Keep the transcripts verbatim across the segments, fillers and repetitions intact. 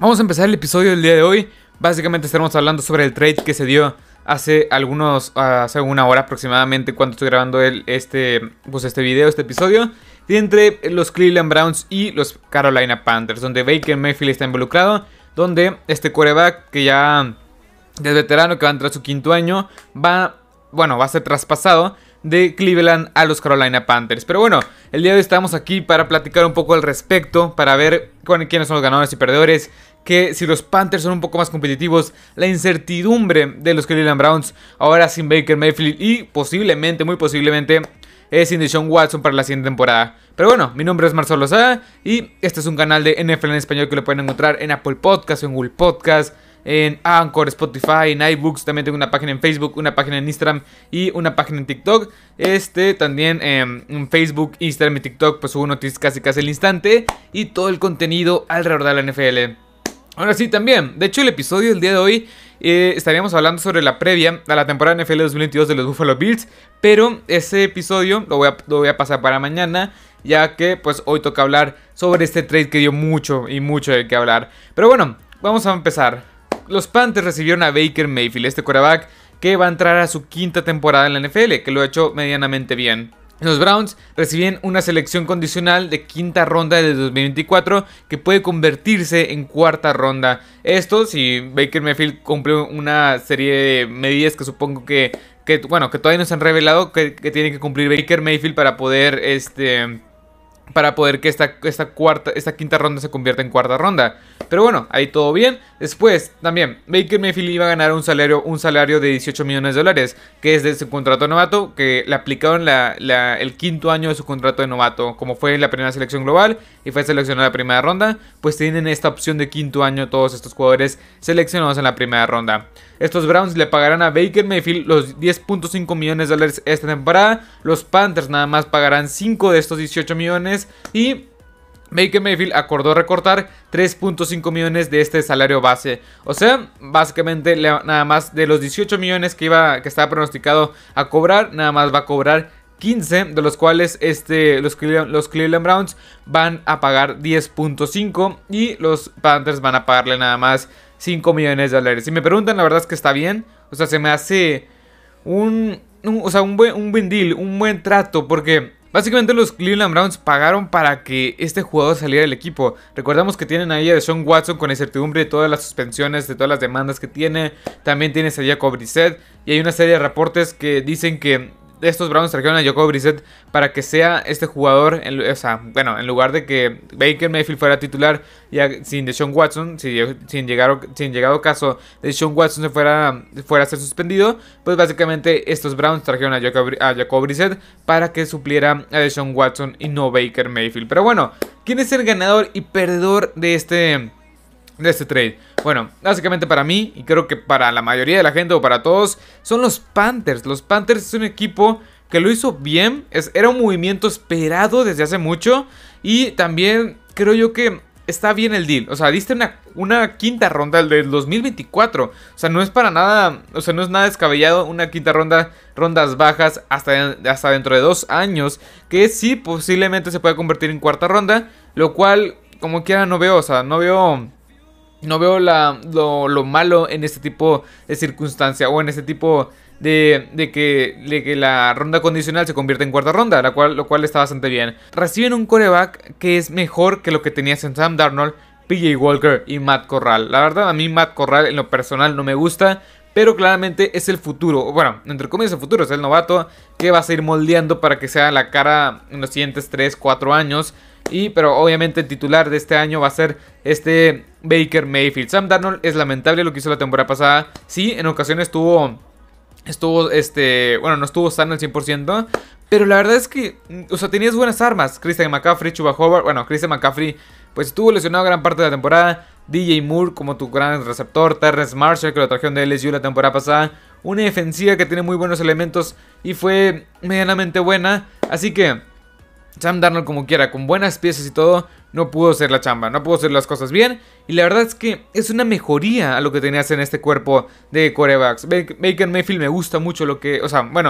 Vamos a empezar el episodio del día de hoy. Básicamente estaremos hablando sobre el trade que se dio hace algunos, uh, hace una hora aproximadamente, cuando estoy grabando el, este, pues este video, este episodio, entre los Cleveland Browns y los Carolina Panthers, donde Baker Mayfield está involucrado, donde este quarterback que ya es veterano, que va a entrar a su quinto año, va, bueno, va a ser traspasado de Cleveland a los Carolina Panthers. Pero bueno, el día de hoy estamos aquí para platicar un poco al respecto, para ver quiénes son los ganadores y perdedores, que si los Panthers son un poco más competitivos, la incertidumbre de los Cleveland Browns ahora sin Baker Mayfield y posiblemente, muy posiblemente, eh, sin Deshaun Watson para la siguiente temporada. Pero bueno, mi nombre es Marcelo Lozada y este es un canal de N F L en español que lo pueden encontrar en Apple Podcasts, en Google Podcasts, en Anchor, Spotify, en iBooks. También tengo una página en Facebook, una página en Instagram y una página en TikTok. Este también eh, en Facebook, Instagram y TikTok pues subo noticias casi casi al instante y todo el contenido alrededor de la N F L. Ahora sí, también, de hecho el episodio del día de hoy eh, estaríamos hablando sobre la previa a la temporada N F L dos mil veintidós de los Buffalo Bills, pero ese episodio lo voy a, lo voy a pasar para mañana, ya que pues hoy toca hablar sobre este trade que dio mucho y mucho de qué hablar. Pero bueno, vamos a empezar. Los Panthers recibieron a Baker Mayfield, este quarterback que va a entrar a su quinta temporada en la N F L, que lo ha hecho medianamente bien. Los Browns reciben una selección condicional de quinta ronda de dos mil veinticuatro que puede convertirse en cuarta ronda. Esto si Baker Mayfield cumple una serie de medidas que supongo que, que bueno, que todavía no se han revelado que, que tiene que cumplir Baker Mayfield para poder este... para poder que esta, esta, cuarta, esta quinta ronda se convierta en cuarta ronda. Pero bueno, ahí todo bien. Después, también, Baker Mayfield iba a ganar un salario, un salario de dieciocho millones de dólares, que es de su contrato de novato, que le aplicaron la, la, el quinto año de su contrato de novato. Como fue en la primera selección global y fue seleccionado en la primera ronda, pues tienen esta opción de quinto año todos estos jugadores seleccionados en la primera ronda. Estos Browns le pagarán a Baker Mayfield los diez punto cinco millones de dólares esta temporada. Los Panthers nada más pagarán cinco de estos dieciocho millones. Y Baker Mayfield acordó recortar tres punto cinco millones de este salario base. O sea, básicamente nada más de los dieciocho millones que, iba, que estaba pronosticado a cobrar, nada más va a cobrar quince, de los cuales este, los, Cleveland, los Cleveland Browns van a pagar diez punto cinco y los Panthers van a pagarle nada más cinco millones de dólares. Si me preguntan, la verdad es que está bien. O sea, se me hace un, un, o sea, un, buen, un buen deal, un buen trato, porque básicamente los Cleveland Browns pagaron para que este jugador saliera del equipo. Recordamos que tienen ahí a Deshaun Watson con la incertidumbre de todas las suspensiones, de todas las demandas que tiene. También tienes a Jacob Brissett y hay una serie de reportes que dicen que estos Browns trajeron a Jacob Brissett para que sea este jugador, en, o sea, bueno, en lugar de que Baker Mayfield fuera titular ya sin Deshaun Watson, si, sin, llegar, sin llegado caso Deshaun Watson se fuera, fuera a ser suspendido, pues básicamente estos Browns trajeron a Jacob, a Jacob Brissett para que supliera a Deshaun Watson y no Baker Mayfield. Pero bueno, ¿quién es el ganador y perdedor de este... de este trade? Bueno, básicamente para mí, y creo que para la mayoría de la gente o para todos, son los Panthers. Los Panthers es un equipo que lo hizo bien, es, era un movimiento esperado desde hace mucho y también creo yo que está bien el deal. O sea, diste una, una quinta ronda del dos mil veinticuatro. O sea, no es para nada, o sea, no es nada descabellado una quinta ronda, rondas bajas hasta, hasta dentro de dos años, que sí posiblemente se pueda convertir en cuarta ronda, lo cual como quiera no veo, o sea, no veo... No veo la, lo, lo malo en este tipo de circunstancia o en este tipo de, de, que, de que la ronda condicional se convierta en cuarta ronda, la cual, lo cual está bastante bien. Reciben un quarterback que es mejor que lo que tenías en Sam Darnold, P J Walker y Matt Corral. La verdad, a mí Matt Corral en lo personal no me gusta, pero claramente es el futuro. Bueno, entre comillas el futuro, es el novato que va a seguir moldeando para que sea la cara en los siguientes tres, cuatro años. Y, pero obviamente el titular de este año va a ser este Baker Mayfield. Sam Darnold es lamentable lo que hizo la temporada pasada. Sí, en ocasiones estuvo, estuvo, este, bueno, no estuvo sano al cien por ciento. Pero la verdad es que, o sea, tenías buenas armas. Christian McCaffrey, Chuba Hubbard. Bueno, Christian McCaffrey pues estuvo lesionado gran parte de la temporada. D J Moore como tu gran receptor. Terrence Marshall que lo trajeron de L S U la temporada pasada. Una defensiva que tiene muy buenos elementos y fue medianamente buena. Así que Sam Darnold como quiera, con buenas piezas y todo, no pudo hacer la chamba, no pudo hacer las cosas bien. Y la verdad es que es una mejoría a lo que tenías en este cuerpo de quarterbacks. Baker Mayfield me gusta mucho lo que, o sea, bueno,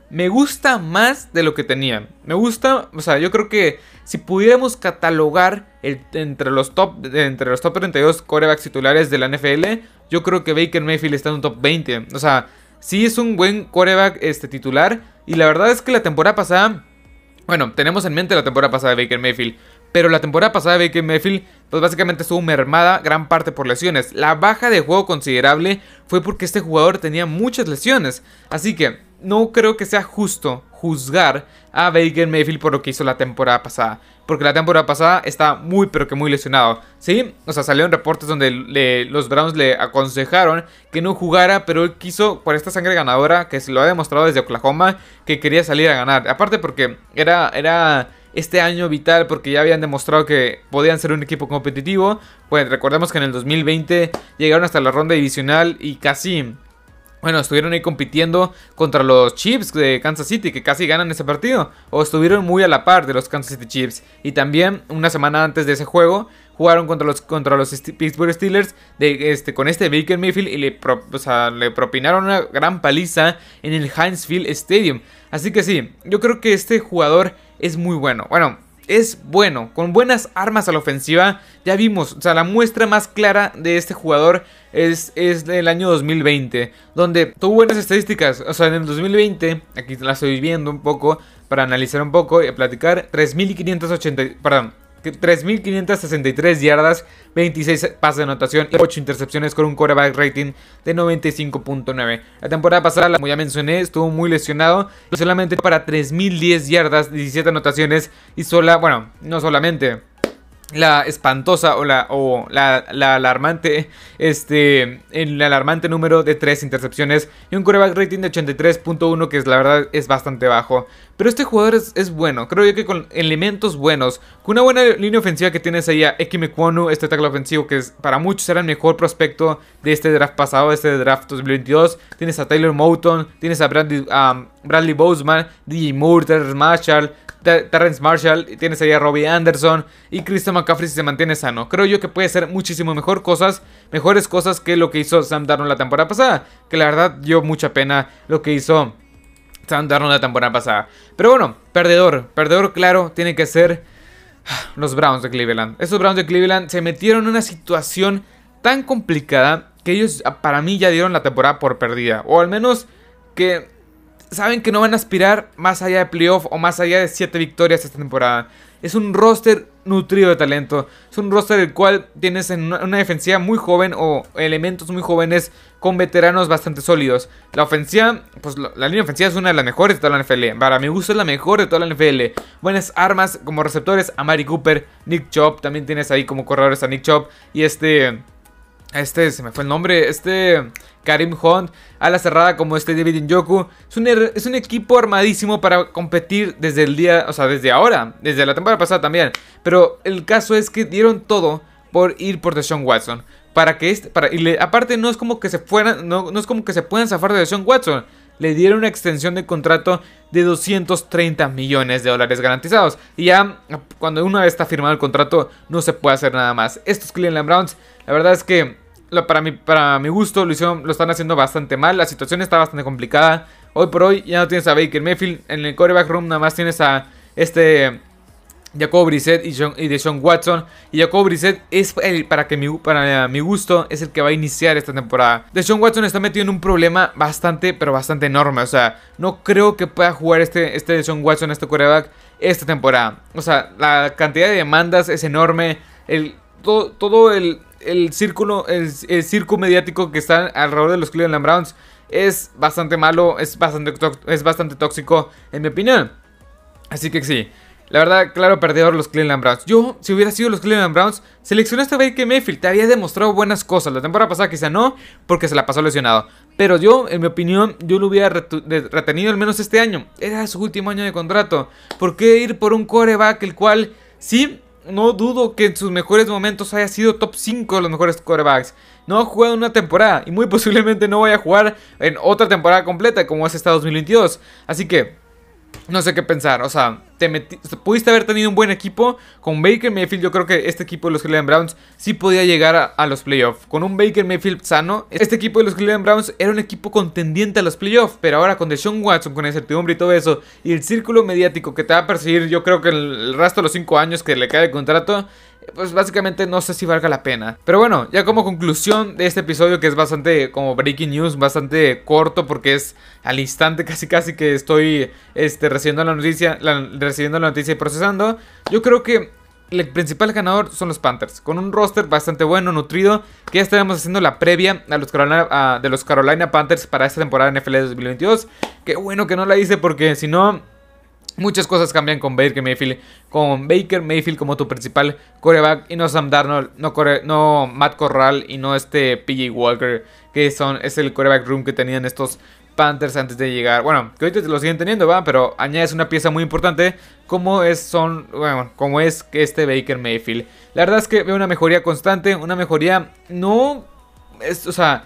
me gusta más de lo que tenía. Me gusta, o sea, yo creo que si pudiéramos catalogar el, entre, los top, entre los top treinta y dos quarterbacks titulares de la N F L, yo creo que Baker Mayfield está en un top veinte. O sea, sí es un buen quarterback este, titular. Y la verdad es que la temporada pasada, bueno, tenemos en mente la temporada pasada de Baker Mayfield, pero la temporada pasada de Baker Mayfield, pues básicamente estuvo mermada gran parte por lesiones. La baja de juego considerable fue porque este jugador tenía muchas lesiones. Así que no creo que sea justo juzgar a Baker Mayfield por lo que hizo la temporada pasada, porque la temporada pasada está muy pero que muy lesionado. Sí, o sea, salieron reportes donde le, los Browns le aconsejaron que no jugara, pero él quiso, por esta sangre ganadora que se lo ha demostrado desde Oklahoma, que quería salir a ganar. Aparte porque era... era este año vital, porque ya habían demostrado que podían ser un equipo competitivo. Pues recordemos que en el dos mil veinte llegaron hasta la ronda divisional y casi, bueno, estuvieron ahí compitiendo contra los Chiefs de Kansas City, que casi ganan ese partido, o estuvieron muy a la par de los Kansas City Chiefs. Y también una semana antes de ese juego jugaron contra los, contra los Pittsburgh Steelers de, este, con este Baker Mayfield, y le, pro, o sea, le propinaron una gran paliza en el Heinz Field Stadium. Así que sí, yo creo que este jugador es muy bueno. Bueno, es bueno, con buenas armas a la ofensiva. Ya vimos, o sea, la muestra más clara de este jugador es, es el año dos mil veinte, donde tuvo buenas estadísticas. O sea, en el dos mil veinte, aquí la estoy viendo un poco para analizar un poco y platicar. tres mil quinientos ochenta, perdón, tres mil quinientas sesenta y tres yardas, veintiséis pases de anotación y ocho intercepciones con un quarterback rating de noventa y cinco punto nueve. La temporada pasada, como ya mencioné, estuvo muy lesionado y solamente para tres mil diez yardas, diecisiete anotaciones y sola, bueno, no solamente la espantosa o la, o la, la alarmante este el alarmante número de tres intercepciones y un quarterback rating de ochenta y tres punto uno, que es la verdad es bastante bajo. Pero este jugador es, es bueno, creo yo que con elementos buenos, con una buena línea ofensiva que tienes ahí a Eki Mekwonu, este tackle ofensivo que es, para muchos era el mejor prospecto de este draft pasado, de este draft dos mil veintidós. Tienes a Taylor Moton, tienes a Bradley, um, Bradley Bozeman, D J Moore, Terrence Marshall, Terrence Marshall, tienes ahí a Robbie Anderson y Christian McCaffrey si se mantiene sano. Creo yo que puede ser muchísimo mejor cosas, mejores cosas que lo que hizo Sam Darnold la temporada pasada, que la verdad dio mucha pena lo que hizo Sam Darnold la temporada pasada. Pero bueno, perdedor, perdedor claro, tiene que ser los Browns de Cleveland. Estos Browns de Cleveland se metieron en una situación tan complicada que ellos para mí ya dieron la temporada por perdida, o al menos que saben que no van a aspirar más allá de playoff o más allá de siete victorias esta temporada. Es un roster nutrido de talento. Es un roster el cual tienes en una, una defensiva muy joven o elementos muy jóvenes con veteranos bastante sólidos. La ofensiva, pues la, la línea ofensiva es una de las mejores de toda la N F L. Para mi gusto es la mejor de toda la N F L. Buenas armas como receptores a Amari Cooper, Nick Chubb. También tienes ahí como corredores a Nick Chubb y este... Este, se me fue el nombre, este Karim Hunt, a la cerrada como este David Njoku. Es un, es un equipo armadísimo para competir desde el día, o sea, desde ahora, desde la temporada pasada también. Pero el caso es que dieron todo por ir por Deshaun Watson. Para que este, para, y le, aparte no es como que se fueran, no, no es como que se puedan zafar de Deshaun Watson. Le dieron una extensión de contrato de doscientos treinta millones de dólares garantizados. Y ya cuando una vez está firmado el contrato no se puede hacer nada más. Estos Cleveland Browns, la verdad es que Para mi, para mi gusto lo, hicieron, lo están haciendo bastante mal. La situación está bastante complicada. Hoy por hoy ya no tienes a Baker Mayfield. En el quarterback room nada más tienes a este Jacob Brissett y, John, y Deshaun Watson. Y Jacob Brissett es el, para, que mi, para mi gusto es el que va a iniciar esta temporada. Deshaun Watson está metido en un problema bastante, pero bastante enorme. O sea, no creo que pueda jugar este, este Deshaun Watson, este quarterback, esta temporada. O sea, la cantidad de demandas es enorme. El, todo, todo el... El círculo, el, el circo mediático que está alrededor de los Cleveland Browns es bastante malo, es bastante, es bastante tóxico en mi opinión. Así que sí, la verdad, claro perdedor los Cleveland Browns. Yo, si hubiera sido los Cleveland Browns, seleccionaste a Baker Mayfield, te había demostrado buenas cosas. La temporada pasada quizá no, porque se la pasó lesionado. Pero yo, en mi opinión, yo lo hubiera retenido al menos este año. Era su último año de contrato. ¿Por qué ir por un quarterback el cual sí... No dudo que en sus mejores momentos haya sido top cinco de los mejores quarterbacks? No ha jugado en una temporada y muy posiblemente no vaya a jugar en otra temporada completa como es esta dos mil veintidós. Así que no sé qué pensar. O sea, te metí, pudiste haber tenido un buen equipo. Con Baker Mayfield yo creo que este equipo de los Cleveland Browns sí podía llegar a, a los playoffs. Con un Baker Mayfield sano, este equipo de los Cleveland Browns era un equipo contendiente a los playoffs. Pero ahora con Deshaun Watson, con la incertidumbre y todo eso, y el círculo mediático que te va a perseguir, yo creo que el, el resto de los cinco años que le cae el contrato, pues básicamente no sé si valga la pena. Pero bueno, ya como conclusión de este episodio, que es bastante como breaking news, bastante corto porque es al instante casi casi que estoy este, recibiendo la noticia, la, recibiendo la noticia y procesando. Yo creo que el principal ganador son los Panthers, con un roster bastante bueno, nutrido, que ya estaremos haciendo la previa a los Carolina, a, de los Carolina Panthers para esta temporada N F L dos mil veintidós. Qué bueno que no la hice porque si no, muchas cosas cambian con Baker Mayfield, con Baker Mayfield como tu principal quarterback y no Sam Darnold, no, core, no Matt Corral y no este P J Walker, que son, es el quarterback room que tenían estos Panthers antes de llegar. Bueno, que ahorita lo siguen teniendo, ¿va? Pero añades una pieza muy importante como es, son, bueno, como es este Baker Mayfield. La verdad es que veo una mejoría constante, una mejoría no, es, o sea,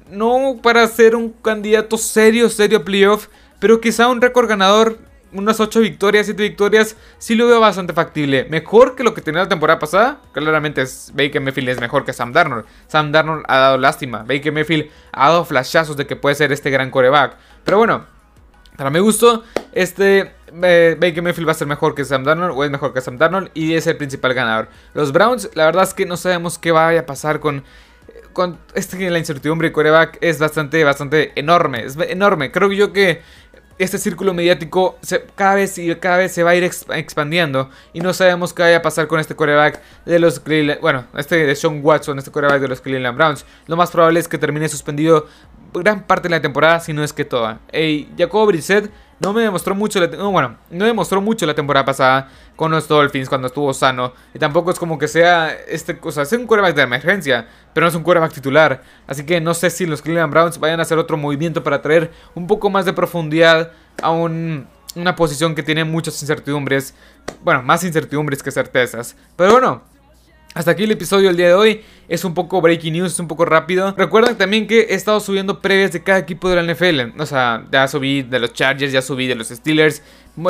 no para ser un candidato serio, serio a playoff, pero quizá un récord ganador. Unas ocho victorias, siete victorias, sí lo veo bastante factible. Mejor que lo que tenía la temporada pasada. Claramente es, Baker Mayfield es mejor que Sam Darnold. Sam Darnold ha dado lástima. Baker Mayfield ha dado flashazos de que puede ser este gran quarterback. Pero bueno, para mi gusto, este eh, Baker Mayfield va a ser mejor que Sam Darnold, o es mejor que Sam Darnold, y es el principal ganador. Los Browns, la verdad es que no sabemos qué vaya a pasar con... Con este, la incertidumbre de quarterback es bastante, bastante enorme. Es enorme. Creo yo que este círculo mediático se, cada vez y cada vez se va a ir expandiendo. Y no sabemos qué vaya a pasar con este quarterback de los Cleveland. Bueno, este de Deshaun Watson, este quarterback de los Cleveland Browns. Lo más probable es que termine suspendido gran parte de la temporada, si no es que toda. Hey, Jacob Brissett no me demostró mucho, la, no, bueno, no demostró mucho la temporada pasada con los Dolphins cuando estuvo sano. Y tampoco es como que sea este, o sea, es un quarterback de emergencia, pero no es un quarterback titular. Así que no sé si los Cleveland Browns vayan a hacer otro movimiento para traer un poco más de profundidad a un, una posición que tiene muchas incertidumbres. Bueno, más incertidumbres que certezas. Pero bueno, hasta aquí el episodio del día de hoy. Es un poco breaking news, es un poco rápido. Recuerden también que he estado subiendo previas de cada equipo de la N F L. O sea, ya subí de los Chargers, ya subí de los Steelers.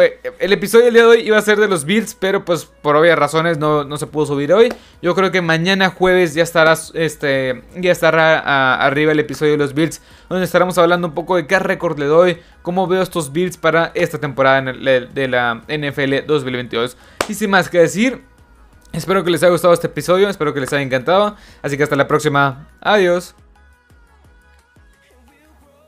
El episodio del día de hoy iba a ser de los Bills, pero pues por obvias razones no, no se pudo subir hoy. Yo creo que mañana jueves ya estará, este, ya estará a, arriba el episodio de los Bills, donde estaremos hablando un poco de qué récord le doy, cómo veo estos Bills para esta temporada en el, de la N F L dos mil veintidós. Y sin más que decir, espero que les haya gustado este episodio, espero que les haya encantado. Así que hasta la próxima. Adiós.